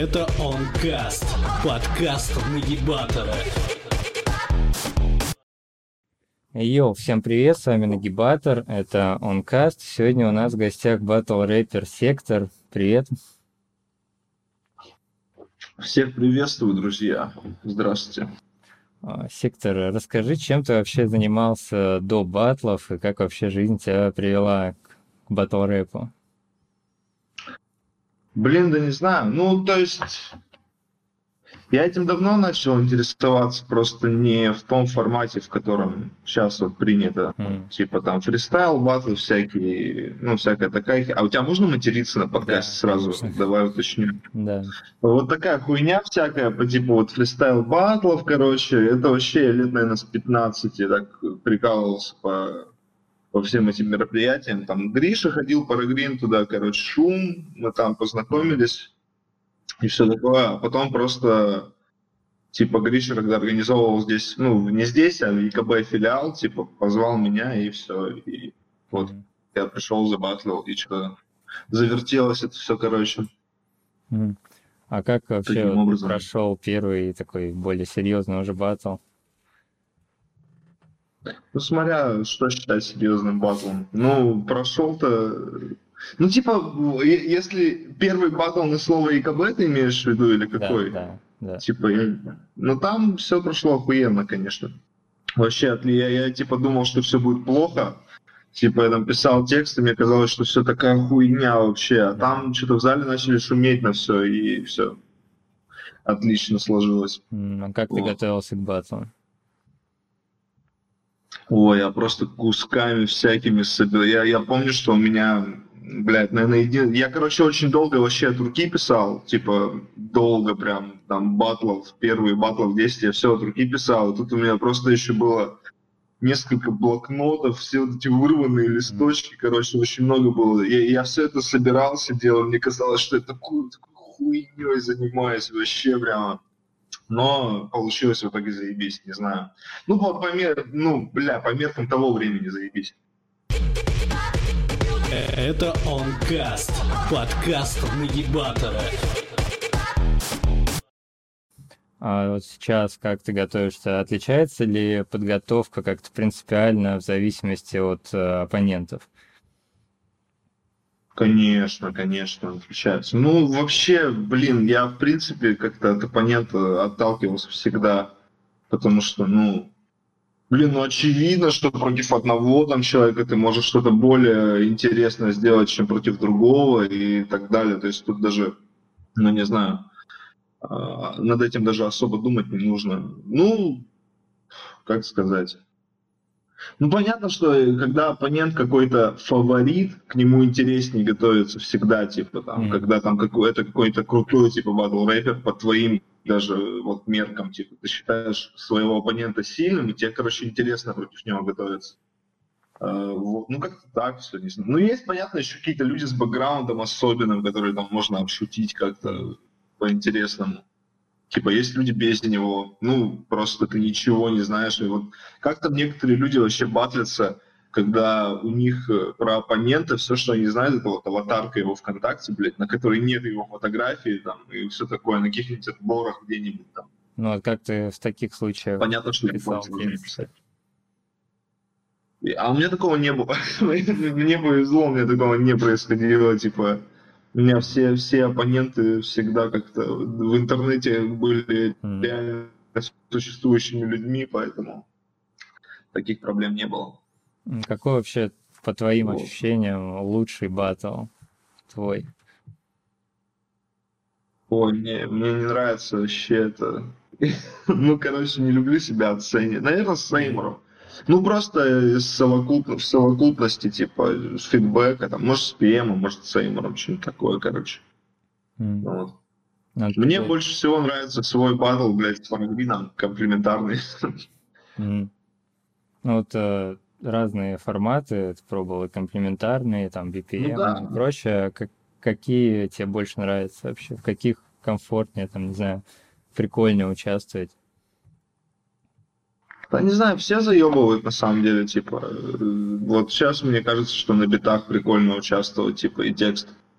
Это Онкаст, подкаст Нагибатора. Йоу, всем привет, с вами Нагибатор, это Онкаст. Сегодня у нас в гостях батл-рэпер Сектор. Привет. Всех приветствую, друзья. Здравствуйте. Сектор, расскажи, чем ты вообще занимался до батлов и как вообще жизнь тебя привела к батл-рэпу? Да не знаю. То есть, я этим давно начал интересоваться, просто не в том формате, в котором сейчас вот принято. Типа там фристайл, батлы всякие, всякая такая. А у тебя можно материться на подкасте сразу? Конечно. Давай уточню. Да. Вот такая хуйня всякая, по типу вот фристайл батлов, короче, это вообще я лет, наверное, с 15 так прикалывался по всем этим мероприятиям. Там Гриша ходил, Парагрин туда, короче, Шум, мы там познакомились и все такое. А потом просто, типа, Гриша, когда организовывал здесь, не здесь, а в ЕКБ филиал, типа, позвал меня и все. И вот я пришел, забатлил, и что завертелось это все, короче. А как вообще прошел первый такой более серьезный уже батл? Смотря, что считать серьезным батлом. Прошел-то... если первый батл на слово ЕКБ ты имеешь в виду, или какой? Да. Там все прошло охуенно, конечно. Вообще, я думал, что все будет плохо. Я там писал тексты, мне казалось, что все такая хуйня вообще. А там что-то в зале начали шуметь на все, и все отлично сложилось. А как ты готовился к батлу? Ой, я просто кусками всякими собирал. Я помню, что у меня, наверное, я, очень долго вообще от руки писал, долго прям, там, первые батлов 10, я все от руки писал. И тут у меня просто еще было несколько блокнотов, все вот эти вырванные листочки, очень много было. Я все это собирал, сидел, мне казалось, что я такой хуйней занимаюсь вообще прямо. Но получилось в итоге заебись, не знаю. По меркам того времени заебись. Это Онкаст, подкаст Нагибатора. А вот сейчас как ты готовишься? Отличается ли подготовка как-то принципиально в зависимости от оппонентов? Конечно, отличается. Вообще, я в принципе как-то от оппонента отталкивался всегда, потому что, очевидно, что против одного там человека ты можешь что-то более интересное сделать, чем против другого и так далее. То есть тут даже, не знаю, над этим даже особо думать не нужно. Как сказать? Понятно, что когда оппонент какой-то фаворит, к нему интереснее готовиться всегда, когда там какой-то крутой, батл-рэпер по твоим даже вот меркам, ты считаешь своего оппонента сильным, и тебе, интересно против него готовиться. Как-то так все, не знаю. Есть, понятно, еще какие-то люди с бэкграундом особенным, которые там можно обшутить как-то по-интересному. Есть люди без него, просто ты ничего не знаешь. И вот как-то некоторые люди вообще батлятся, когда у них про оппонента все, что они знают, это вот аватарка его ВКонтакте, на которой нет его фотографии, там, и все такое, на каких-нибудь отборах где-нибудь там. А как ты в таких случаях понятно, что писал текст? А у меня такого не было. Мне повезло, у меня такого не происходило, у меня все оппоненты всегда как-то в интернете были реально существующими людьми, поэтому таких проблем не было. Какой вообще, по твоим ощущениям, лучший батл твой? Ой, мне не нравится вообще это. Не люблю себя оценивать. Наверное, с Сеймуром. Просто в совокупности, с фидбэка, там, может, с ПМом, может, с Сеймуром, что-нибудь такое, Вот. Мне больше всего нравится свой батл, с Парагрином, комплиментарный. Разные форматы, ты пробовал и комплиментарные, там, BPM и прочее. Какие тебе больше нравятся вообще? В каких комфортнее, там, не знаю, прикольнее участвовать? Да не знаю, все заебывают на самом деле, вот сейчас мне кажется, что на битах прикольно участвовать, и текст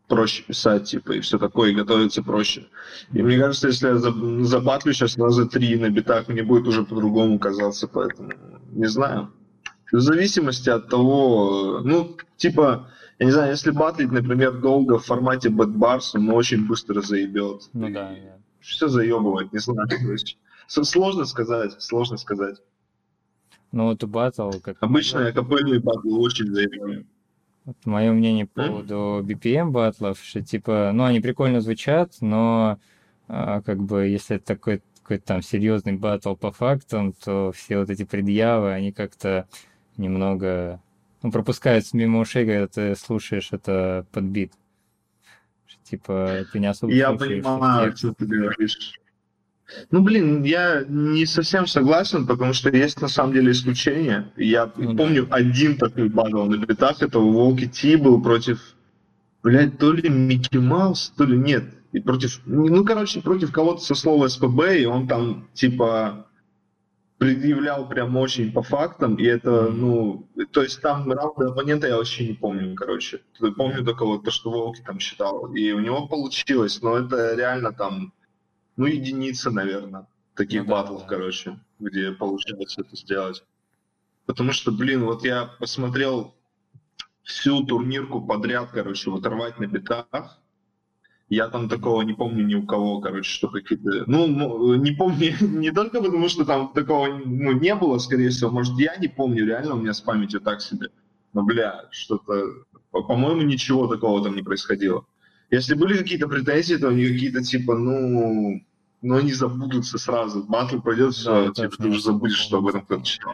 проще писать, типа, и все такое, и готовиться проще. И мне кажется, если я забатлю сейчас раза 3 на битах, мне будет уже по-другому казаться, поэтому не знаю. В зависимости от того, ну, типа, я не знаю, если батлить, например, долго в формате Bad Bars, он очень быстро заебет. Ну да. Все заебывать, не знаю. Сложно сказать. Ну вот батл, как... Обычно акапельные батлы очень заебывают. Вот мое мнение по поводу BPM батлов, что типа, ну они прикольно звучат, но как бы если это такой какой-то там серьезный батл по фактам, то все вот эти предъявы, они как-то немного, ну, пропускаются мимо ушей, когда ты слушаешь это под бит. Типа, ты не особо Я слушаешь понимаю, что ты говоришь. Ну, блин, я не совсем согласен, потому что есть на самом деле исключения. Я помню один такой батл на битах, это у Волки Ти был против, блядь, то ли Микки Маус, то ли нет. И против, ну, короче, против кого-то со слова СПБ, и он там, типа, предъявлял прям очень по фактам, и это, ну, то есть там раунды оппонента я вообще не помню, короче. Помню только вот то, что Волки там считал. И у него получилось, но это реально там, ну, единицы, наверное, таких батлов, короче, где получается это сделать. Потому что, блин, вот я посмотрел всю турнирку подряд, короче, вот рвать на битах. Я там такого не помню ни у кого, короче, что какие-то... Ну, не помню, не только потому, что там такого не было, скорее всего. Может, я не помню, реально у меня с памятью так себе. Но, бля, что-то... По-моему, ничего такого там не происходило. Если были какие-то претензии, то они какие-то, типа, ну, они забудутся сразу. Батл пройдет, все, типа, ты уже забудешь, что об этом кто-то читал.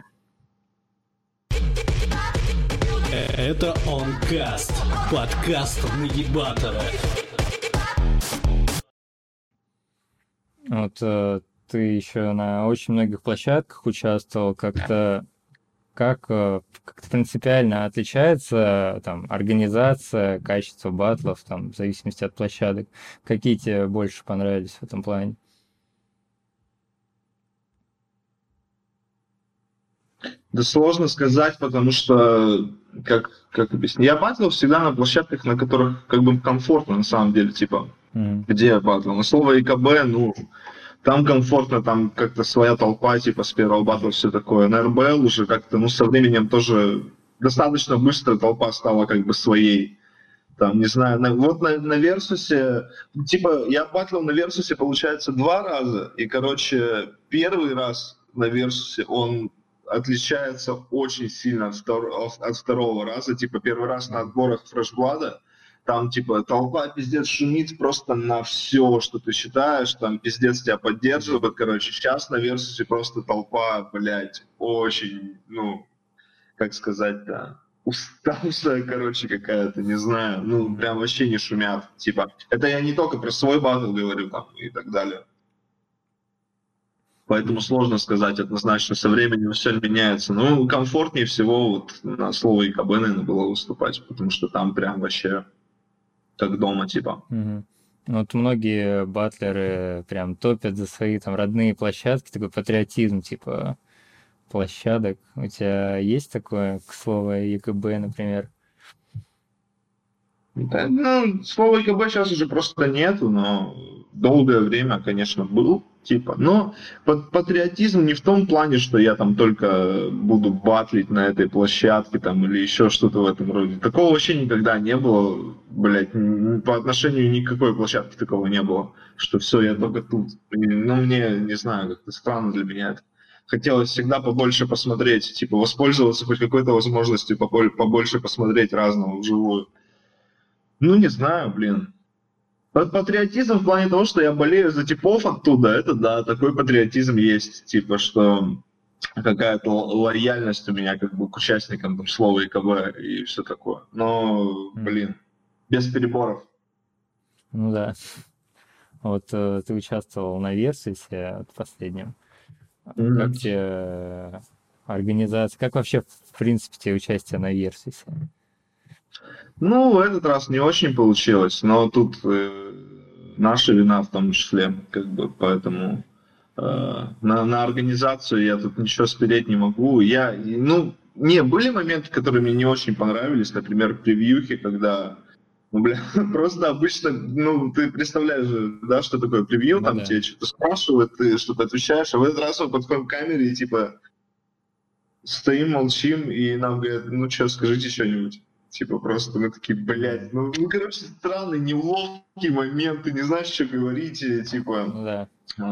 Это OnCast, подкаст Нагибатора. Вот ты еще на очень многих площадках участвовал, как-то принципиально отличается там организация, качество батлов, там, в зависимости от площадок. Какие тебе больше понравились в этом плане? Да сложно сказать, потому что, как объяснить, я батлил всегда на площадках, на которых как бы комфортно на самом деле, типа, где я батлил. На слово ИКБ, ну, там комфортно, там как-то своя толпа, типа, с первого батла все такое. На РБЛ уже как-то, ну, со временем тоже достаточно быстро толпа стала как бы своей. Там, не знаю, на Версусе, типа, я батлил на Версусе, получается, 2 раза, и, короче, первый раз на Версусе он отличается очень сильно от второго раза. Типа, первый раз на отборах Фрешблада, там, типа, толпа пиздец шумит просто на все, что ты считаешь, там, пиздец тебя поддерживает, короче. Сейчас на Версусе просто толпа, блядь, очень, ну, как сказать-то, уставшая, короче, какая-то, не знаю, ну, прям вообще не шумят, типа. Это я не только про свой батл говорю, там, и так далее. Поэтому сложно сказать однозначно, со временем все меняется. Ну, комфортнее всего вот на слово ИКБ, наверное, было выступать, потому что там прям вообще как дома, типа. Вот многие батлеры прям топят за свои там родные площадки, такой патриотизм, типа, площадок. У тебя есть такое, к слову, ИКБ, например? Да, ну, слова ИКБ сейчас уже просто нету, но долгое время, конечно, был. Типа, но патриотизм не в том плане, что я там только буду батлить на этой площадке там или еще что-то в этом роде. Такого вообще никогда не было, блядь, по отношению ни к какой площадке такого не было, что все, я только тут. Ну, мне, не знаю, как-то странно для меня это. Хотелось всегда побольше посмотреть, типа, воспользоваться хоть какой-то возможностью побольше посмотреть разного вживую. Ну, не знаю, блин. Патриотизм в плане того, что я болею за типов оттуда, это да, такой патриотизм есть, типа, что какая-то лояльность у меня как бы к участникам там, слова ИКБ и все такое. Но, блин, без переборов. Ну да. Вот ты участвовал на Версусе последнем. Как тебе организация, как вообще, в принципе, тебе участие на Версусе? Ну, в этот раз не очень получилось, но тут наша вина в том числе, как бы, поэтому на организацию я тут ничего спереть не могу. Были моменты, которые мне не очень понравились, например, превьюхи, когда Ну, бля, просто обычно, ну, ты представляешь же, да, что такое превью, Ну там да. тебе что-то спрашивают, ты что-то отвечаешь, а в этот раз мы подходим к камере и, типа, стоим, молчим, и нам говорят, ну что, скажите что-нибудь. Типа просто мы такие, блядь, короче, странный, неловкий момент, ты не знаешь, что говорить, и, типа... Ну да.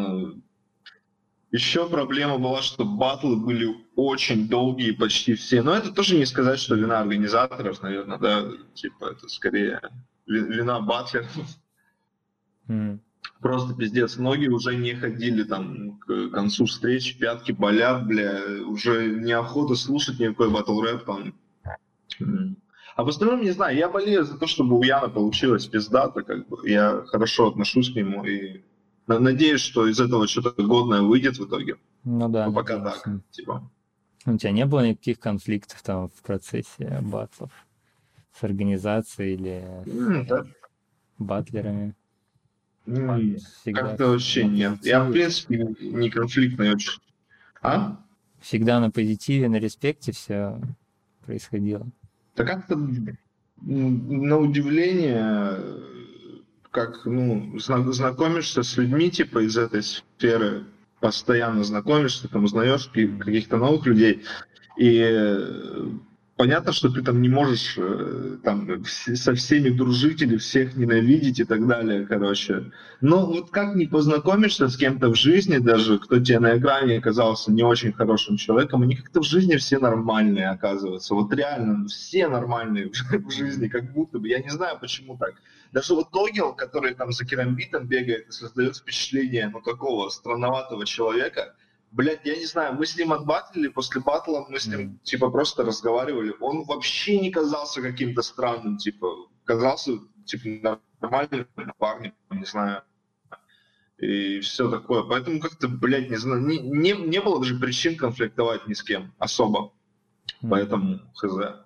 Еще проблема была, что баттлы были очень долгие почти все. Но это тоже не сказать, что вина организаторов, наверное, да, типа это скорее вина батлеров. М. Просто пиздец, ноги уже не ходили там к концу встречи, пятки болят, бля, уже неохота слушать никакой батл рэп там. А в остальном, не знаю, я болею за то, чтобы у Яна получилось пиздато, как бы. Я хорошо отношусь к нему и надеюсь, что из этого что-то годное выйдет в итоге. Ну да, Ну, пока надеемся. так, типа. У тебя не было никаких конфликтов там в процессе батлов с организацией или Да. батлерами? Всегда Как-то вообще на нет. Я, в позитиве? принципе, не конфликтный очень. А? Всегда на позитиве, на респекте все происходило. Да как-то на удивление, как, ну, знакомишься с людьми, типа, из этой сферы, постоянно знакомишься, там, узнаешь каких-то новых людей, и понятно, что ты там не можешь там со всеми дружить или всех ненавидеть и так далее, короче. Но вот как не познакомишься с кем-то в жизни, даже кто тебе на экране оказался не очень хорошим человеком, они как-то в жизни все нормальные оказываются. Вот реально все нормальные в жизни, как будто бы. Я не знаю, почему так. Даже вот Тогел, который там за керамбитом бегает и создает впечатление, ну, такого странноватого человека, блядь, я не знаю, мы с ним отбатлили, после батла мы с ним, типа, просто разговаривали. Он вообще не казался каким-то странным, типа, казался, типа, нормальным парнем, не знаю. И все такое. Поэтому как-то, блядь, не знаю, не было даже причин конфликтовать ни с кем особо. Поэтому, хз.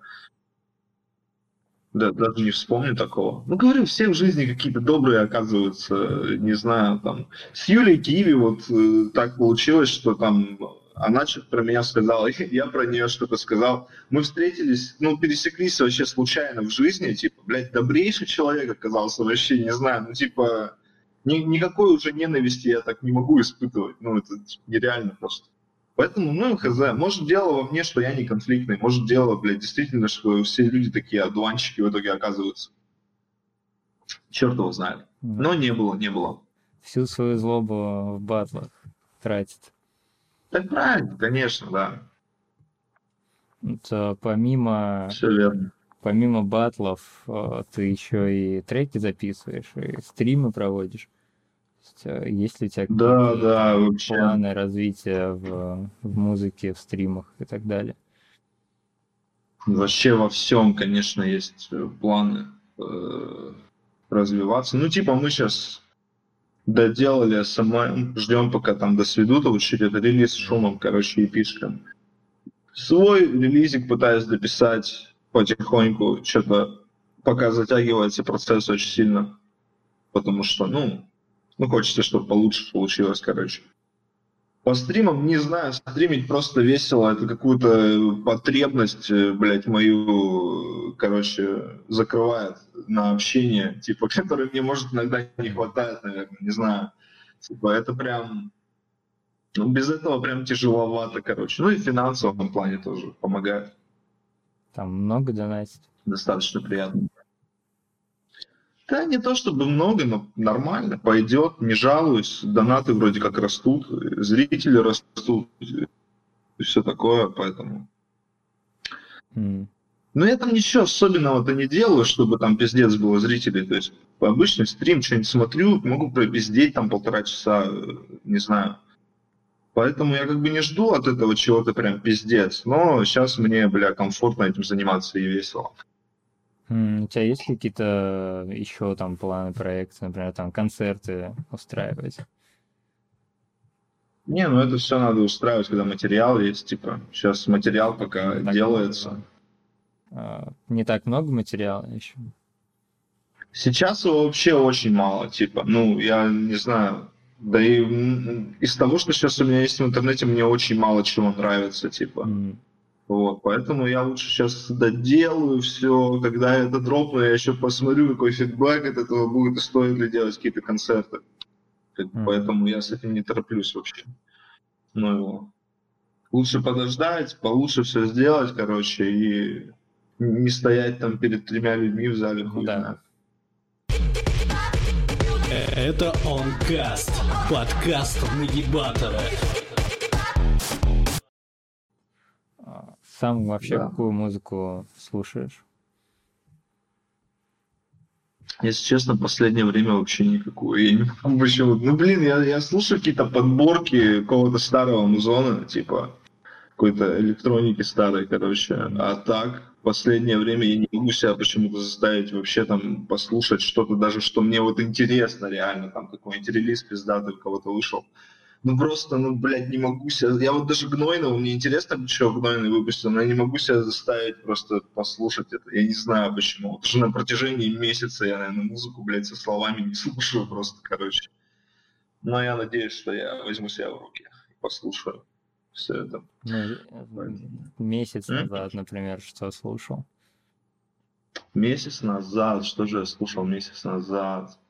Да, даже не вспомню такого. Ну, говорю, все в жизни какие-то добрые оказываются, не знаю, там. С Юлей Киви вот так получилось, что там она что-то про меня сказала, я про нее что-то сказал. Мы встретились, ну, пересеклись вообще случайно в жизни, типа, блядь, добрейший человек оказался, вообще, не знаю, ну, типа, никакой уже ненависти я так не могу испытывать, ну, это нереально просто. Поэтому, ну, хз, может, дело во мне, что я не конфликтный, может, дело, блядь, действительно, что все люди такие одуванчики в итоге оказываются. Черт его знает. Но не было. Всю свою злобу в батлах тратит. Так правильно, конечно, да. Это помимо Все верно. Помимо батлов, ты еще и треки записываешь, и стримы проводишь. Есть ли у тебя какие-то вообще. планы развития в музыке, в стримах и так далее? Вообще во всем, конечно, есть планы развиваться. Ну, типа, мы сейчас доделали СММ, ждем, пока там досведут, а вот это релиз с шумом, короче, эпишка. Свой релизик пытаюсь дописать потихоньку, что-то пока затягивается процесс очень сильно, потому что, ну, хочется, чтобы получше получилось, короче. По стримам, не знаю, стримить просто весело, это какую-то потребность, блядь, мою, короче, закрывает на общение, типа, которой мне, может, иногда не хватает, наверное, не знаю. Типа, это прям, ну, без этого прям тяжеловато, короче. Ну и в финансовом плане тоже помогает. Там много донатить? Достаточно приятно. Да, не то чтобы много, но нормально, пойдет, не жалуюсь. Донаты вроде как растут, зрители растут, и все такое, поэтому... Но я там ничего особенного-то не делаю, чтобы там пиздец было зрителей. То есть обычный стрим, что-нибудь смотрю, могу пропиздеть там 1,5 часа, не знаю. Поэтому я как бы не жду от этого чего-то прям пиздец. Но сейчас мне, бля, комфортно этим заниматься и весело. У тебя есть какие-то еще там планы, проекты, например, там концерты устраивать? Не, ну это все надо устраивать, когда материал есть, типа, сейчас материал пока делается. Не так много материала еще? Сейчас его вообще очень мало, типа, ну, я не знаю, да и из того, что сейчас у меня есть в интернете, мне очень мало чего нравится, типа. Вот, поэтому я лучше сейчас доделаю все, когда я это дропну, я еще посмотрю, какой фидбэк от этого будет, и стоит ли делать какие-то концерты. Поэтому я с этим не тороплюсь вообще. Ну его. Лучше подождать, получше все сделать, короче, и не стоять там перед 3 людьми в зале. Ну да. Это OnCast, подкаст Нагибатора. Сам вообще какую музыку слушаешь? Если честно, в последнее время вообще никакую. Я не могу почему. Ну блин, я слушаю какие-то подборки какого-то старого музона, типа какой-то электроники старой, короче. А так, в последнее время я не могу себя почему-то заставить вообще там послушать что-то, даже что мне вот интересно реально, там какой-нибудь релиз пиздатый у кого-то вышел. Ну просто, ну, блядь, не могу себя... Я вот даже Гнойного, мне интересно, что Гнойный выпустил, но я не могу себя заставить просто послушать это. Я не знаю почему. Вот уже на протяжении месяца я, наверное, музыку, блядь, со словами не слушаю просто, короче. Но я надеюсь, что я возьму себя в руки и послушаю все это. Ну, месяц назад, например, что слушал? Месяц назад? Что же я слушал месяц назад?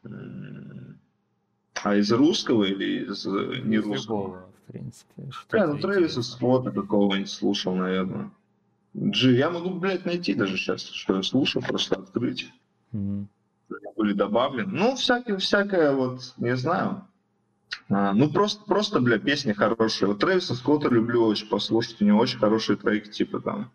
А из русского или из нерусского? Из любого, в принципе. Ну Трэвиса Скотта какого-нибудь слушал, наверное. Я могу, блядь, найти даже сейчас, что я слушал, просто открыть. Были добавлены. Ну, всякое вот, не знаю. Ну, просто, бля, песни хорошие. Вот Трэвиса Скотта люблю очень послушать, у него очень хорошие треки, типа там.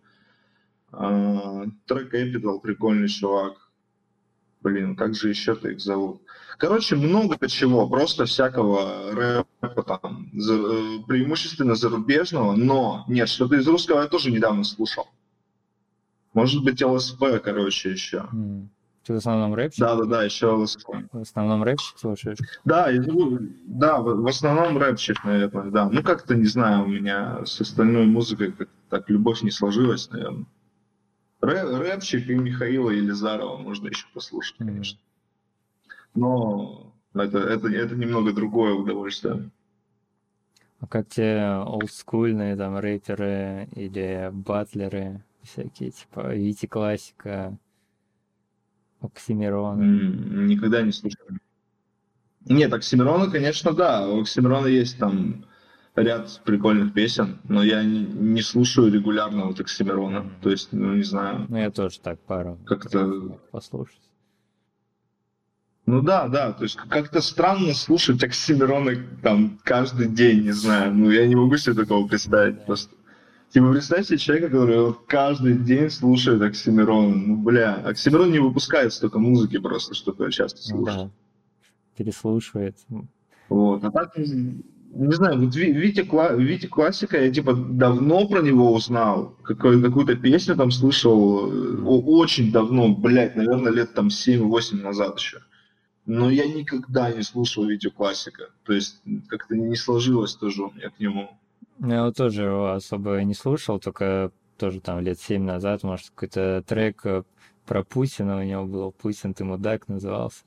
Трек Capital, прикольный чувак. Блин, как же еще-то их зовут? Короче, много чего, просто всякого рэпа там, преимущественно зарубежного, но нет, что-то из русского я тоже недавно слушал. Может быть, ЛСП, короче, еще. Ты в основном рэпчик? Да, еще ЛСП. В основном рэпчик слушаешь? Да, в основном рэпчик, наверное, да. Ну, как-то, не знаю, у меня с остальной музыкой как-то так любовь не сложилась, наверное. Рэпчик и Михаила Елизарова можно еще послушать, конечно. Но это немного другое удовольствие. А как тебе олдскульные там рэперы или батлеры всякие, типа Вити Классика, Оксимирона? Никогда не слушал. Нет, Оксимирона, конечно, да. У Оксимирона есть там ряд прикольных песен, но я не слушаю регулярно вот Оксимирона. То есть, ну, не знаю. Ну, я тоже так пару как-то послушать. Ну да, то есть как-то странно слушать Оксимирона там каждый день, не знаю. Ну, я не могу себе такого представить просто. Типа, представь себе человека, который вот каждый день слушает Оксимирона. Ну, бля, Оксимирон не выпускает столько музыки просто, чтобы я часто слушаю. Да, переслушивает. Вот, а так, не знаю, вот Витя Классика, я типа давно про него узнал, какую-то песню там слышал, очень давно, блядь, наверное, лет там 7-8 назад еще. Но я никогда не слушал Витю Классика, то есть как-то не сложилось тоже у меня к нему. Я вот тоже его особо не слушал, только тоже там лет 7 назад, может, какой-то трек про Путина у него был, «Путин, ты мудак» назывался.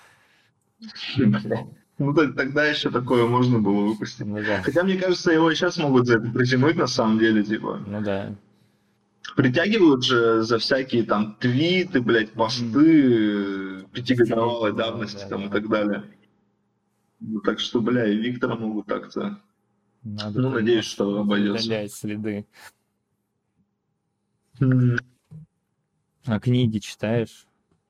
Ну, тогда еще такое можно было выпустить. Ну, да. Хотя, мне кажется, его и сейчас могут за это притянуть, на самом деле, типа. Ну, да. Притягивают же за всякие там твиты, блядь, посты 5-годовалой давности там и так далее. Ну, так что, бля, и Виктора могут так-то. Надо надеюсь, что обойдется. удалять следы. А книги читаешь?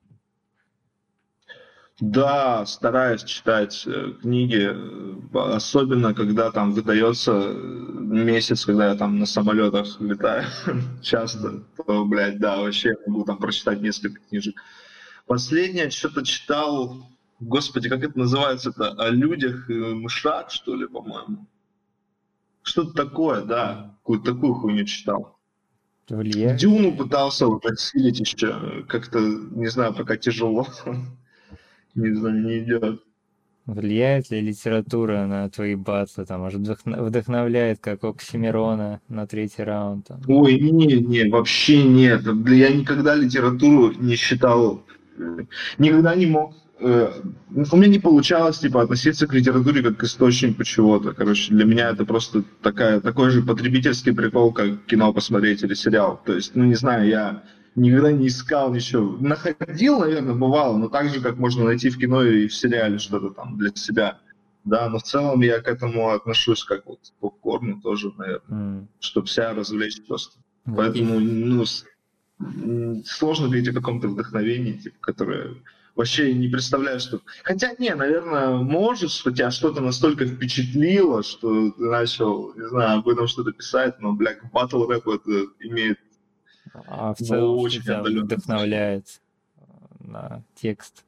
Да, стараюсь читать книги, особенно когда там выдается месяц, когда я там на самолетах летаю часто, то, блядь, да, вообще я могу там прочитать несколько книжек. Последнее что-то читал, господи, как это называется-то, о людях и мышах, что ли, по-моему. Что-то такое, да, какую-то такую хуйню читал. Влияет? Дюну пытался вот осилить еще, как-то, не знаю, пока тяжело. Не знаю, не идет. Влияет ли литература на твои батлы? Там, может, вдохновляет, как Оксимирона на 3-й раунд? Там? Ой, не, вообще нет. Я никогда литературу не считал, никогда не мог у меня не получалось, типа, относиться к литературе как к источнику чего-то. Короче, для меня это просто такой же потребительский прикол, как кино посмотреть или сериал. То есть, ну, не знаю, я никогда не искал ничего. Находил, наверное, бывало, но так же, как можно найти в кино и в сериале что-то там для себя. Да, но в целом я к этому отношусь как вот к попкорну тоже, наверное, чтобы себя развлечь просто. Поэтому, ну, сложно говорить о каком-то вдохновении, типа, которое вообще не представляю, что... Хотя, не, наверное, может, что тебя что-то настолько впечатлило, что ты начал, не знаю, об этом что-то писать, но, бля, батл рэп это имеет в целом, очень что тебя отдаленное вдохновляет на текст?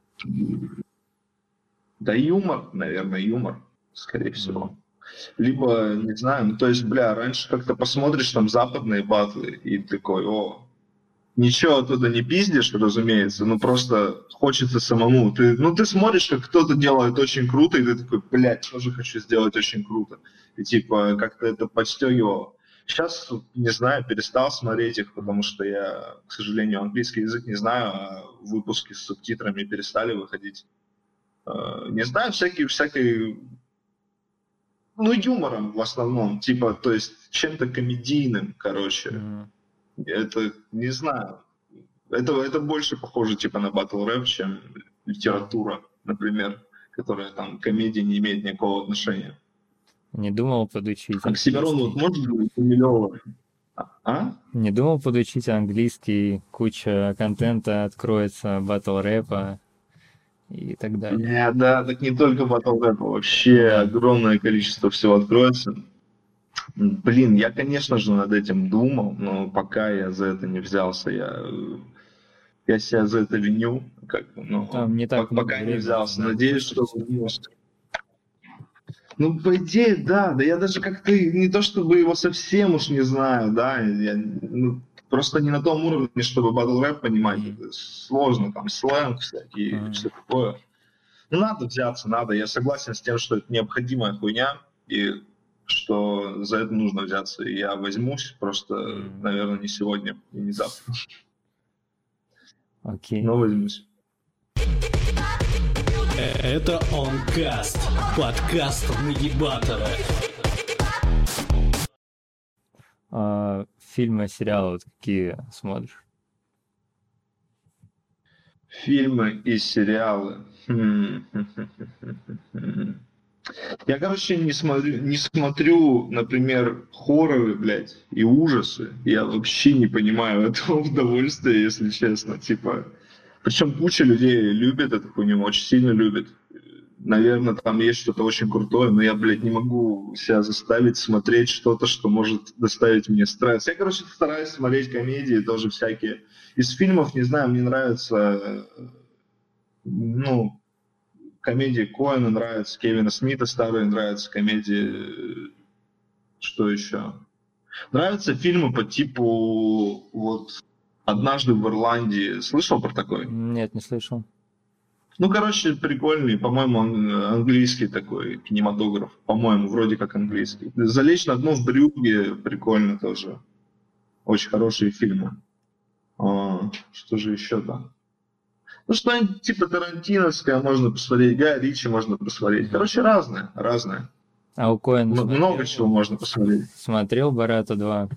Да юмор, наверное, юмор, скорее всего. Либо, не знаю, ну то есть, бля, раньше как-то посмотришь там западные батлы и такой, ничего оттуда не пиздишь, разумеется, но просто хочется самому. Ты смотришь, как кто-то делает очень круто, и ты такой, блядь, тоже хочу сделать очень круто. И типа как-то это подстегивало. Сейчас, не знаю, перестал смотреть их, потому что я, к сожалению, английский язык не знаю, а выпуски с субтитрами перестали выходить. Не знаю, всякий, ну, юмором в основном, типа, то есть чем-то комедийным, короче. Это, не знаю, это больше похоже, типа, на батл рэп, чем литература, например, которая там к комедии не имеет никакого отношения. Не думал подучить Оксимирон вот может быть Гумилёва? Не думал подучить английский, куча контента откроется, батл рэпа и так далее. Да, так не только батл рэпа, вообще огромное количество всего откроется. Блин, я, конечно же, над этим думал, но пока я за это не взялся, я себя за это виню, но там не так пока не взялся. Надеюсь, что... Ну, по идее, да я даже как-то не то чтобы его совсем уж не знаю, да, просто не на том уровне, чтобы батл рэп понимать, это сложно, там, сленг всякий, все такое. Ну, надо взяться, надо, я согласен с тем, что это необходимая хуйня, и что за это нужно взяться, и я возьмусь, просто, наверное, не сегодня и не завтра. Окей. Но возьмусь. Это OnCast, подкаст Нагибатора. Фильмы, сериалы вот какие смотришь? Фильмы и сериалы. Я, короче, не смотрю, например, хорроры, блядь, и ужасы. Я вообще не понимаю этого удовольствия, если честно. Типа, причем куча людей любит эту хуйню, очень сильно любит. Наверное, там есть что-то очень крутое, но я, блядь, не могу себя заставить смотреть что-то, что может доставить мне стресс. Я, короче, стараюсь смотреть комедии тоже всякие. Из фильмов, не знаю, мне нравится, ну, комедии Коэна нравятся, Кевина Смита старые нравятся, комедии, что еще? Нравятся фильмы по типу вот «Однажды в Ирландии». Слышал про такой? Нет, не слышал. Ну, короче, прикольный, по-моему, английский такой кинематограф. По-моему, вроде как английский. «Залечь на дно в Брюгге» прикольно тоже. Очень хорошие фильмы. Что же еще там? Ну, что-нибудь типа тарантиновское можно посмотреть, Гая Ричи можно посмотреть. Короче, разное. А у Коэна много чего можно посмотреть. Смотрел «Барата 2»?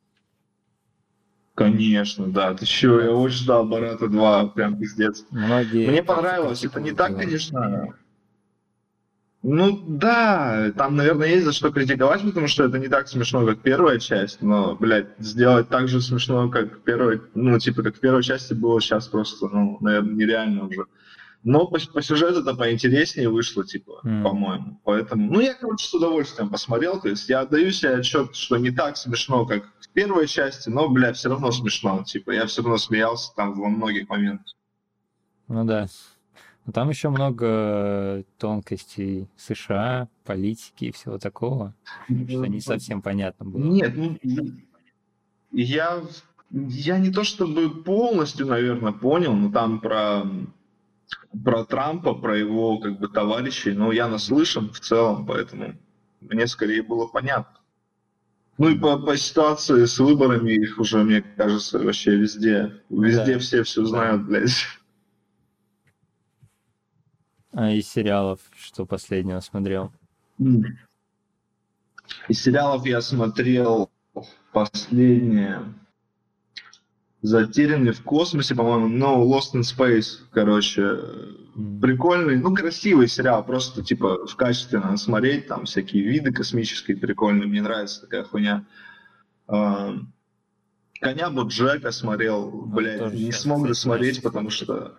Конечно, да. Ты чё, я очень ждал «Барата 2», прям пиздец. Мне понравилось. Это не так, конечно. Ну да, там, наверное, есть за что критиковать, потому что это не так смешно, как первая часть, но, блядь, сделать так же смешно, как первая, ну, типа, как в первой части было сейчас просто, ну, наверное, нереально уже. Но по сюжету это поинтереснее вышло, типа, по-моему. Поэтому, ну, я, короче, с удовольствием посмотрел, то есть я отдаю себе отчет, что не так смешно, как в первой части, но, блядь, все равно смешно, типа, я все равно смеялся там во многих моментах. Ну да. Но там еще много тонкостей США, политики и всего такого, что не совсем понятно было. Нет, ну, я не то чтобы полностью, наверное, понял, но там про Трампа, про его как бы товарищей, но я наслышан в целом, поэтому мне скорее было понятно. Ну и по ситуации с выборами их уже, мне кажется, вообще везде Да. все знают, блядь. А из сериалов, что последнего смотрел? М. Из сериалов я смотрел последнее «Затерянный в космосе», по-моему, no, Lost in Space, короче, прикольный, ну, красивый сериал, просто, типа, в качестве надо смотреть, там, всякие виды космические прикольные, мне нравится такая хуйня. А, «Коня Боджека» смотрел, Ну, блядь, тоже не сейчас, смог кстати, досмотреть, начал потому смотреть. что,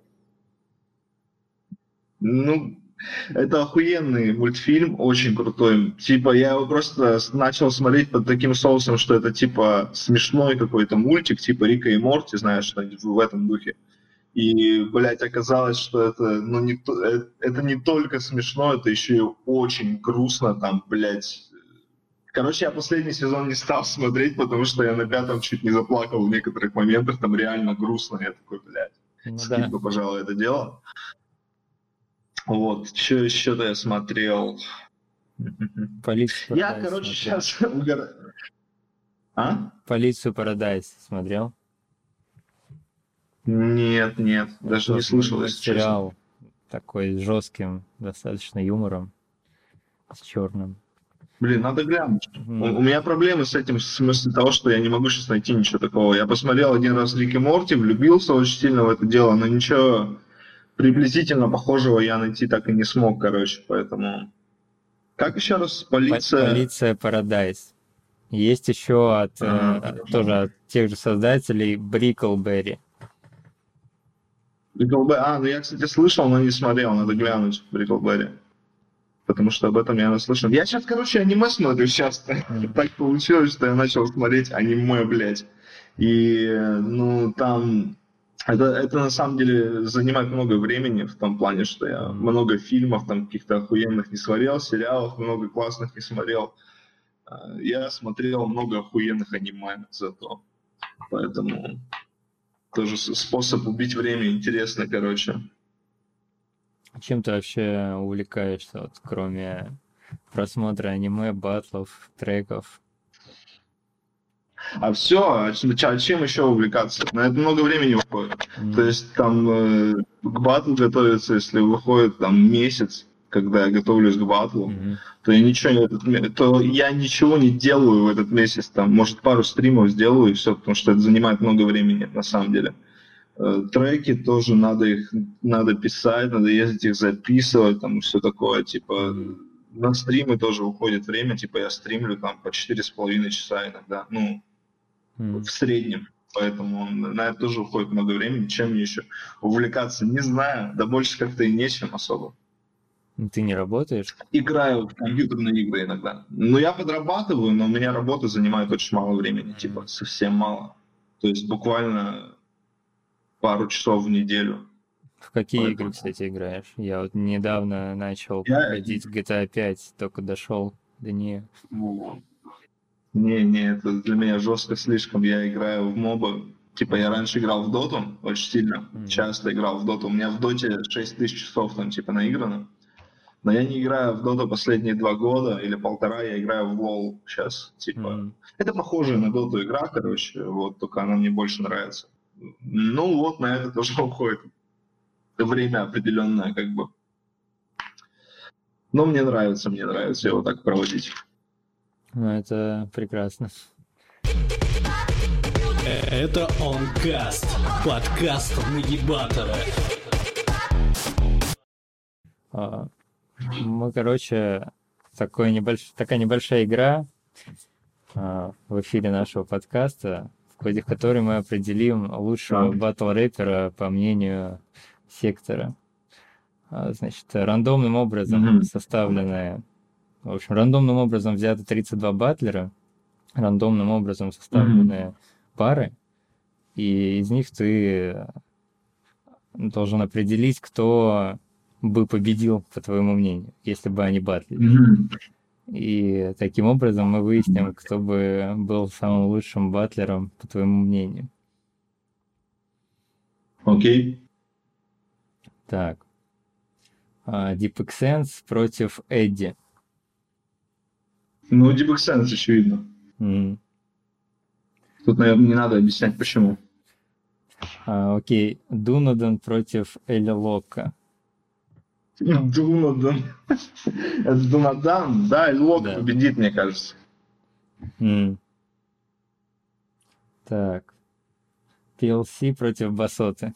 ну, это охуенный мультфильм, очень крутой. Типа, я его просто начал смотреть под таким соусом, что это, типа, смешной какой-то мультик, типа Рика и Морти, знаешь, что-нибудь в этом духе. И, блядь, оказалось, что это, ну, это не только смешно, это еще и очень грустно, там, блядь. Короче, я последний сезон не стал смотреть, потому что я на пятом чуть не заплакал в некоторых моментах, там реально грустно. Я такой, блядь, Ну скип да, бы, пожалуй, это дело. Вот, что еще-то я смотрел. «Полицию Я, Парадайз» короче, смотрел. сейчас... А? «Полицию Парадайз» смотрел. Нет, нет, Это даже не тоже слышал, если честно. мультсериал такой с жестким достаточно юмором, с черным. Блин, надо глянуть. У меня проблемы с этим в смысле того, что я не могу сейчас найти ничего такого. Я посмотрел один раз Рик и Морти, влюбился очень сильно в это дело, но ничего приблизительно похожего я найти так и не смог, короче, поэтому... Как еще раз? Полиция... «Полиция Парадайз». Есть еще Ага, тоже хорошо. от тех же создателей «Бриклберри». Бриклберри. Ну я, кстати, слышал, но не смотрел, надо глянуть Бриклберри. Потому что об этом я наслышан. Я сейчас, короче, аниме смотрю часто. М. Так получилось, что я начал смотреть аниме, блядь. И, ну, там... Это на самом деле занимает много времени в том плане, что я М. много фильмов там каких-то охуенных не смотрел, сериалов много классных не смотрел. Я смотрел много охуенных аниме зато. Поэтому тоже способ убить время интересно, короче. Чем ты вообще увлекаешься, вот, кроме просмотра аниме, батлов, треков? А все, чем еще увлекаться? На это много времени уходит. То М. есть там к батлу готовиться, если выходит там месяц, когда я готовлюсь к батлу, Мгм. то я ничего не делаю в этот месяц, там, может, пару стримов сделаю и все, потому что это занимает много времени, на самом деле. Треки тоже надо писать, надо ездить их записывать, там, и все такое, типа, Мгм. на стримы тоже уходит время, типа, я стримлю там по 4,5 часа иногда, ну, в М. среднем. Поэтому на это тоже уходит много времени. Чем мне еще увлекаться, не знаю. Да больше как-то и нечем особо. Ты не работаешь? Играю в компьютерные игры иногда. Ну, я подрабатываю, но у меня работа занимает очень мало времени. Типа, М. совсем мало. То есть буквально пару часов в неделю. В какие игры, Поэтому кстати, играешь? Я вот недавно начал я... проходить GTA 5, только дошел до нее. ну, не, это для меня жестко слишком. Я играю в мобы. Типа, я раньше играл в доту очень сильно. Мгм. Часто играл в доту. У меня в доте 6000 часов там, типа, наиграно. Но я не играю в Dota последние 2 года или полтора, я играю в WoW сейчас, типа. Мгм. Это похожая на Доту игра, короче, вот, только она мне больше нравится. Ну вот, на это тоже уходит время определенное, как бы. Но мне нравится его так проводить. Ну, это прекрасно. Это OnCast, подкаст Нагибатора. А, Мы, короче, такая небольшая игра в эфире нашего подкаста, в ходе которой мы определим лучшего Да. батл-рэпера по мнению сектора. Значит, рандомным образом Мгм. составленные, в общем, рандомным образом взято 32 батлера, рандомным образом Мгм. составленные пары, и из них ты должен определить, кто бы победил, по твоему мнению, если бы они батлились. Мгм. И таким образом мы выясним, кто бы был самым лучшим батлером, по твоему мнению. Окей. Так. Deep Sense против Эдди. Ну, Deep Sense, очевидно. М. Тут, наверное, не надо объяснять, почему. Окей. Дунадан против Эля Лока. Дунадан. Это Дунадан, да, и Лок Да. победит, мне кажется. М. Так. PLC против Басоты.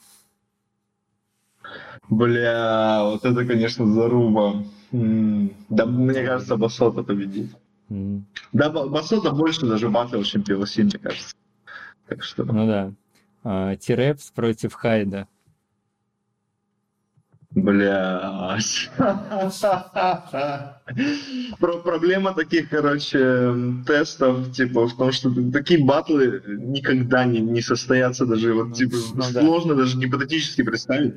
Бля, вот это, конечно, заруба. Да, мне кажется, Басота победит. М. Да, Басота больше даже батл, чем PLC, мне кажется. Так что... Ну да. T-Reps против Хайда. Блядь. Проблема таких, короче, тестов, типа, в том, что такие батлы никогда не состоятся даже, вот, типа, Ну да. сложно даже гипотетически представить.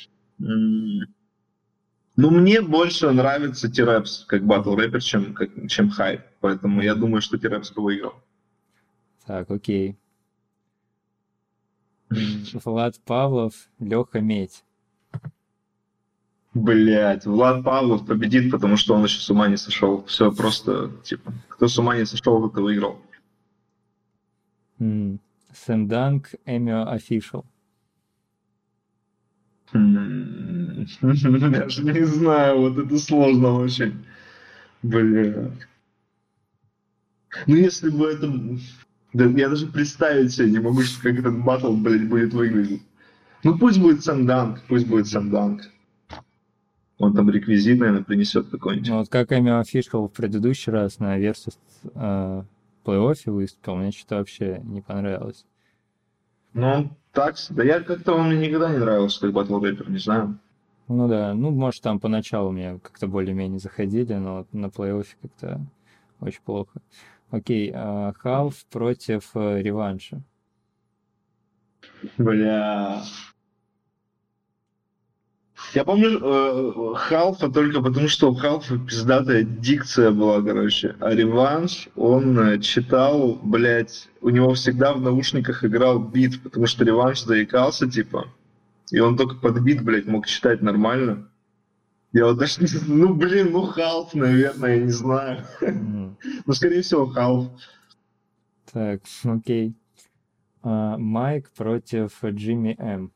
Ну, мне больше нравится T-Reps как батл-рэпер, чем Хайд, поэтому я думаю, что T-Reps бы выиграл. Так, окей. Влад Павлов, Леха Медь. Блять, Влад Павлов победит, потому что он еще с ума не сошел. Все просто, типа, кто с ума не сошел, тот и выиграл. Сэм Данк, Эмио Офишал. Даже не знаю, вот это сложно очень. Бля. Ну, если бы это... Да, я даже представить себе не могу, как этот батл, блядь, будет выглядеть. Ну, пусть будет Сэм Данк, пусть будет Сэм Данк. Он там реквизит, наверное, принесет какой-нибудь. Ну, вот как Эмио Офишал в предыдущий раз на Versus плей-оффе выступил, мне что-то вообще не понравилось. Ну, так, да я как-то он мне никогда не нравился, как батл рэпер, не знаю. Ну да, ну, может, там поначалу мне как-то более-менее заходили, но вот на плей-оффе как-то очень плохо. Окей, Халф против Реванша. Бля. Я помню Халфа только потому, что у Халфа пиздатая дикция была, короче. А Реванш, он читал, блядь, у него всегда в наушниках играл бит, потому что Реванш заикался, типа. И он только под бит, блядь, мог читать нормально. Я вот даже не знаю, ну, блин, ну, Халф, наверное, я не знаю. Ну, скорее всего, Халф. Так, окей. Майк против Джимми М.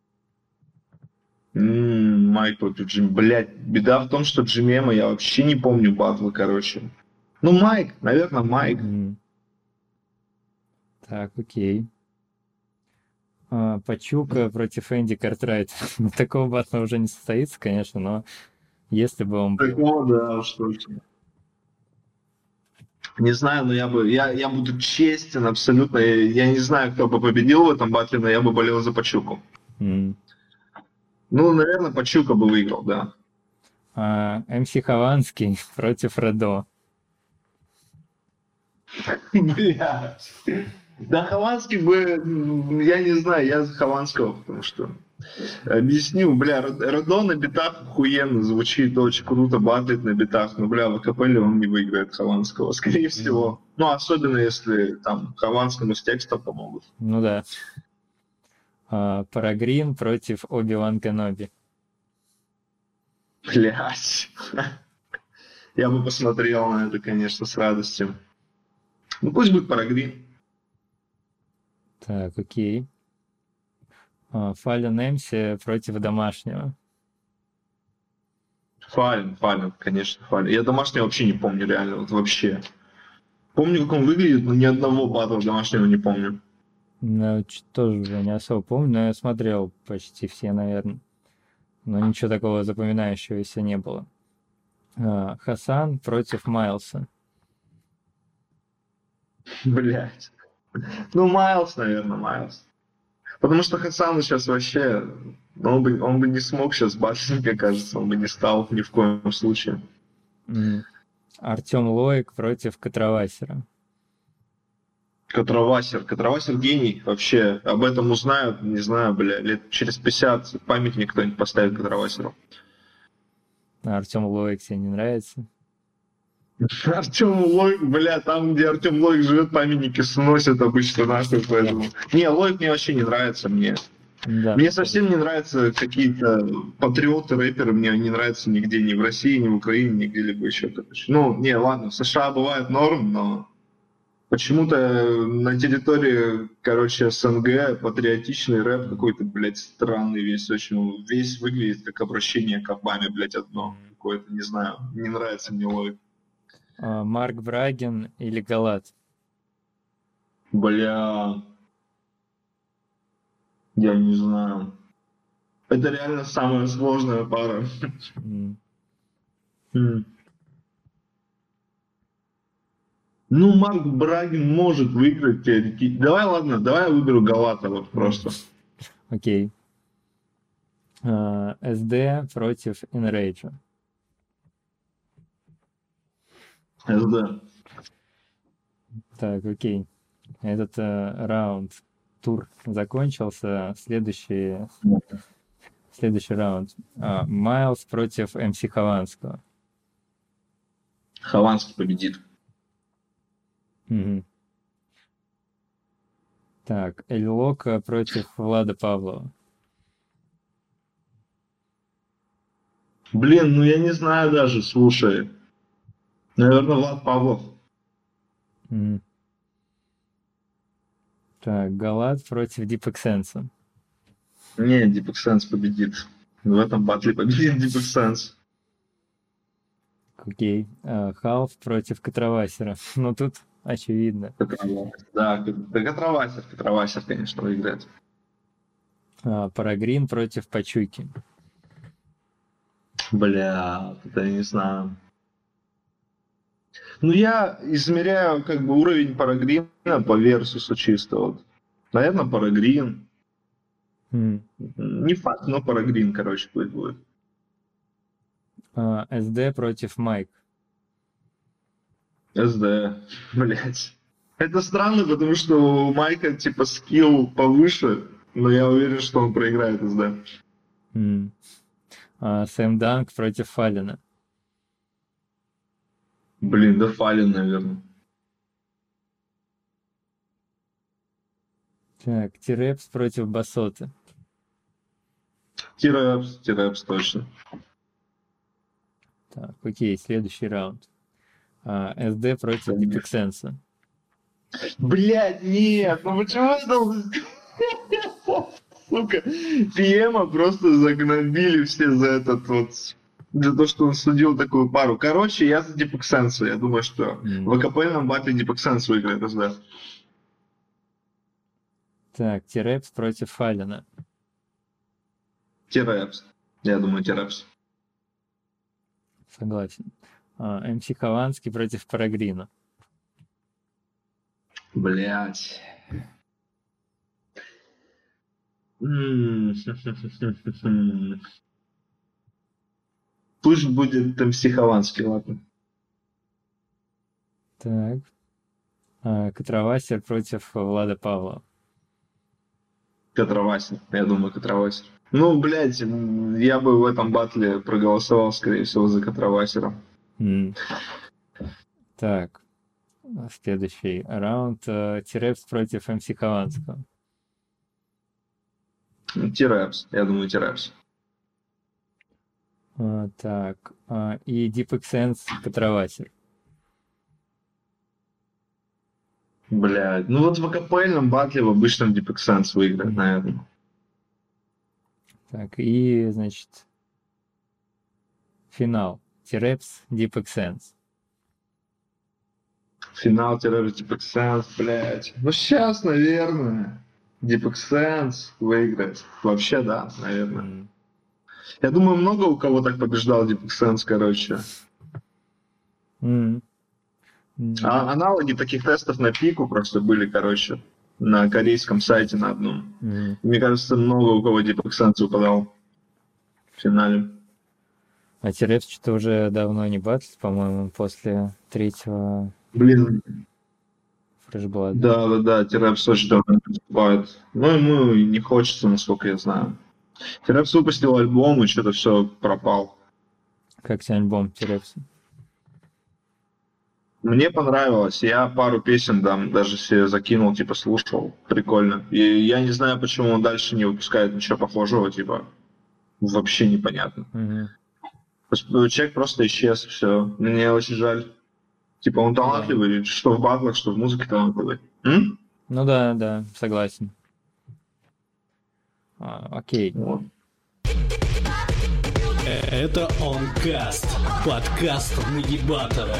Майк против Джимми. Блядь, беда в том, что Джимми Эма я вообще не помню батлы, короче. Ну, Майк, наверное, Майк. Так, окей. Пачука против Энди Картрайт. Такого батла уже не состоится, конечно, но если бы он был... Такого, да, уж точно. Не знаю, но я буду честен абсолютно. Я не знаю, кто бы победил в этом батле, но я бы болел за Пачуку. Ну, наверное, Пачука бы выиграл, да. МС Хованский против Редо. Блядь. Да, Хованский бы, я не знаю, я за Хованского, потому что... Объясню, бля, Редо на битах охуенно звучит, очень круто батлит на битах, но, бля, в АКПЛ он не выиграет Хованского, скорее всего. Ну, особенно если там Хованскому с текстом помогут. Ну да. Парагрин против Оби-Ван Кеноби. Блядь. Я бы посмотрел на это, конечно, с радостью. Ну, пусть будет Парагрин. Так, окей. Фален Эмси против домашнего. Фален, конечно, Фален. Я домашнего вообще не помню, реально, вот вообще. Помню, как он выглядит, но ни одного батла домашнего не помню. Ну, тоже уже не особо помню, но я смотрел почти все, наверное. Но ничего такого запоминающегося не было. Хасан против Майлса. Блять. Ну, Майлз, наверное, Майлз. Потому что Хасан сейчас вообще... Он бы не смог сейчас батлить, мне кажется. Он бы не стал ни в коем случае. Артем Лоик против Катравасера. Катравасер гений. Вообще, об этом узнают, не знаю, бля, лет через 50 памятник кто-нибудь поставит Катравасеру. А Артем Лоик тебе не нравится? Артем Лоик, бля, там, где Артем Лоик живет, памятники сносят обычно нахуй, поэтому... Не, Лоик мне вообще не нравится, мне. Да, мне совсем не нравятся какие-то патриоты, рэперы, мне не нравятся нигде, ни в России, ни в Украине, ни где-либо еще, короче. Ну, не, ладно, в США бывает норм, но Почему-то на территории, короче, СНГ патриотичный рэп какой-то, блядь, странный весь очень. Весь выглядит как обращение к Обаме, блядь, одно. Какое-то, не знаю, не нравится мне логика. Марк Брагин или Галат? Бля, я не знаю. Это реально самая сложная пара. М. Ну, Марк Брагин может выиграть теоретически. Давай, ладно, давай я выберу Галата вот просто. Окей. СД против Enrage. СД. Так, окей. Этот раунд, тур закончился. Следующий раунд. Майлз против МС Хованского. Хованский победит. Мгм. Так, Эль Лока против Влада Павлова. Блин, ну я не знаю даже, слушай. Наверное, Влад Павлов. Мгм. Так, Галат против Deepak Sense. Не, Deepak Sense победит. В этом батле победит Deepak Sense. Окей. Халф против Катравасера. Ну, тут очевидно. Да, Катравасер, конечно, выиграет. Парагрин против Пачуки. Бля, это я не знаю. Ну, я измеряю как бы уровень Парагрина по версусу чисто. Вот. Наверное, Парагрин. М. Не факт, но Парагрин, короче, пусть будет. СД против Майк. СД, блять. Это странно, потому что у Майка типа скилл повыше, но я уверен, что он проиграет СД. М. Сэм Данк против Фалина. Блин, да Фалин, наверное. Так, Тирепс против Басоты. Тирепс точно. Так, окей, следующий раунд. СД против Deepak Sense. Блять, нет, ну почему это... Сука, Пиема просто загнобили все за этот вот... За то, что он судил такую пару. Короче, я за Deepak Sense. Я думаю, что в АКП-ном батле Deepak Sense выиграет СД. Так, Тирепс против Фалина. Тирепс. Я думаю, Тирепс. Согласен. МС Хованский против Парагрина. Блять. Пусть будет МС Хованский, ладно. Так. Катравасер против Влада Павлова. Катравасер. Я думаю, Катравасер. Ну, блядь, я бы в этом батле проголосовал, скорее всего, за Катравасера. Так. Следующий раунд. Тирепс против МС Хованского. Тирепс. Я думаю, Тирепс. Так. И Deepak Sense Катравасер. Блядь. Ну вот в АКП-ном батле в обычном Deepak Sense выиграет, наверное. Так, и, значит, финал. Тирепс, Deepak Sense. Финал Тирепс, Deepak Sense, блядь. Ну сейчас, наверное, Deepak Sense выиграет. Вообще, да, наверное. Я думаю, много у кого так побеждал Deepak Sense, короче. А аналоги таких тестов на пику просто были, короче, на корейском сайте на одном. Мне кажется, много у кого Deepak Sense выпадал в финале. А Тирепс что-то уже давно не батлит, по-моему, после третьего фрешблада. Да, Тирепс очень давно не выступает. Но ему и не хочется, насколько я знаю. Тирепс выпустил альбом, и что-то все пропал. Как тебе альбом Тирепса? Мне понравилось. Я пару песен там даже себе закинул, типа, слушал. Прикольно. И я не знаю, почему он дальше не выпускает ничего похожего, типа, вообще непонятно. Человек просто исчез, все. Мне очень жаль. Типа он Ну да. талантливый, что в батлах, что в музыке талантливый. М? Ну да, да, согласен. Окей. Вот. Это OnCast, подкаст Нагибатора.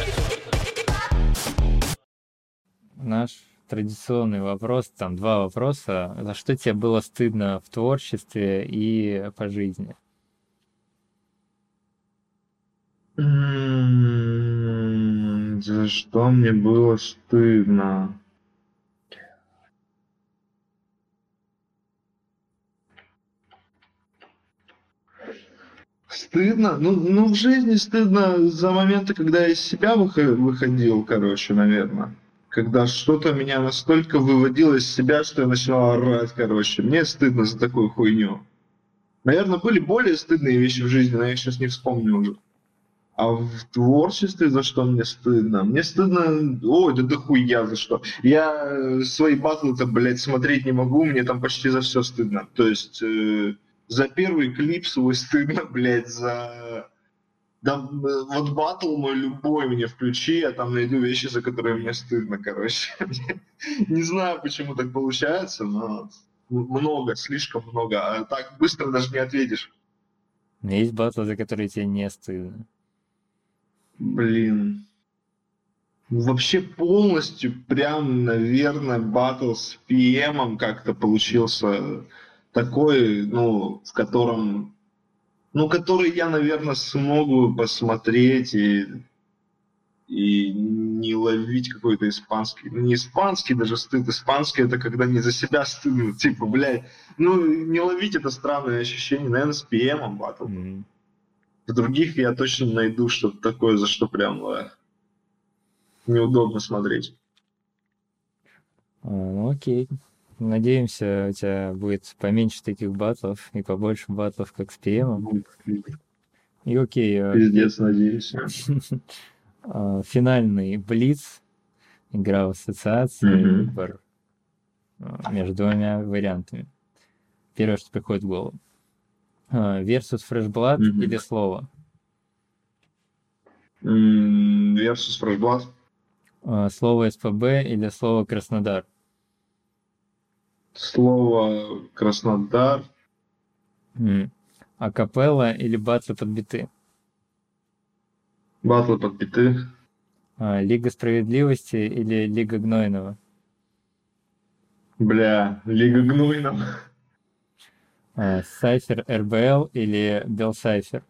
Наш традиционный вопрос, там два вопроса. За что тебе было стыдно в творчестве и по жизни? За что мне было стыдно? Стыдно? Ну, в жизни стыдно за моменты, когда я из себя выходил, короче, наверное. Когда что-то меня настолько выводило из себя, что я начинал орать, короче. Мне стыдно за такую хуйню. Наверное, были более стыдные вещи в жизни, но я их сейчас не вспомню уже. А в творчестве за что мне стыдно? Мне стыдно... Ой, да дохуя за что. Я свои батлы-то, блядь, смотреть не могу, мне там почти за все стыдно. То есть за первый клип свой стыдно, блядь, за... Да, вот батл мой любой мне включи, я там найду вещи, за которые мне стыдно, короче. Не знаю, почему так получается, но много, слишком много. А так быстро даже не ответишь. Есть батлы, за которые тебе не стыдно? Блин. Вообще полностью прям, наверное, батл с PM как-то получился такой, ну, в котором, ну, который я, наверное, смогу посмотреть и не ловить какой-то испанский, ну, не испанский даже стыд, испанский это когда не за себя стыдно, типа, блядь, ну, не ловить это странное ощущение, наверное, с PM батл. М. В других я точно найду что-то такое, за что прям неудобно смотреть. Ну окей. Надеемся, у тебя будет поменьше таких батлов и побольше батлов, как с PM. И окей, Пиздец, надеюсь. финальный блиц, игра в ассоциации, выбор между двумя вариантами. Первое, что приходит в голову. Versus Fresh Blood или слово? Versus Fresh Blood. Слово СПБ или слово Краснодар? Слово Краснодар. Акапелла или батлы под биты? Батлы под биты. Лига Справедливости или Лига Гнойного? Бля, Лига Гнойного. Сайфер РБЛ или Белсайфер?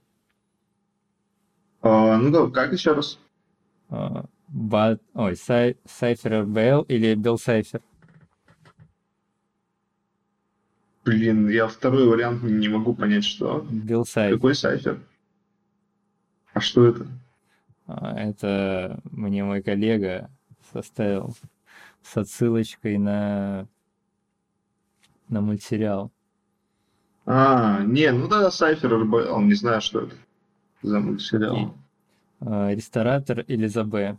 Ну да, как еще раз? Сайфер РБЛ или Белсайфер? Блин, я второй вариант не могу понять, что. Белсайфер. Какой сайфер? А что это? Это мне мой коллега составил с отсылочкой на мультсериал. Не, ну да, сайфер РБЛ, не знаю, что это за мультсериал. Ресторатор или за Б?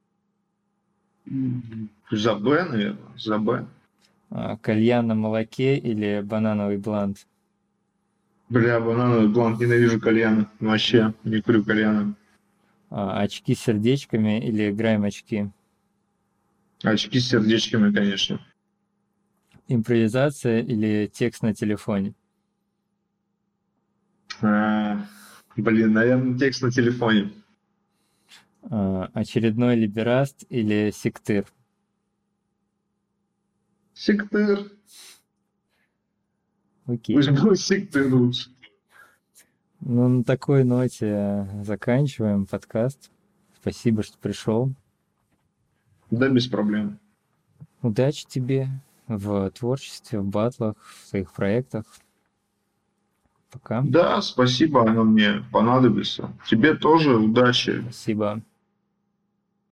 За Б, наверное, за Б. Кальян на молоке или банановый блант? Бля, банановый блант, ненавижу кальяны. Вообще, не курю кальяны. Очки с сердечками или грайм-очки? Очки с сердечками, конечно. Импровизация или текст на телефоне? Блин, наверное, текст на телефоне. Очередной либераст или сектыр? Сектыр. Окей. Пусть будет сектыр лучше. Ну, на такой ноте заканчиваем подкаст. Спасибо, что пришел. Да, без проблем. Удачи тебе в творчестве, в батлах, в своих проектах. Пока. Да, спасибо, оно мне понадобится. Тебе тоже удачи. Спасибо.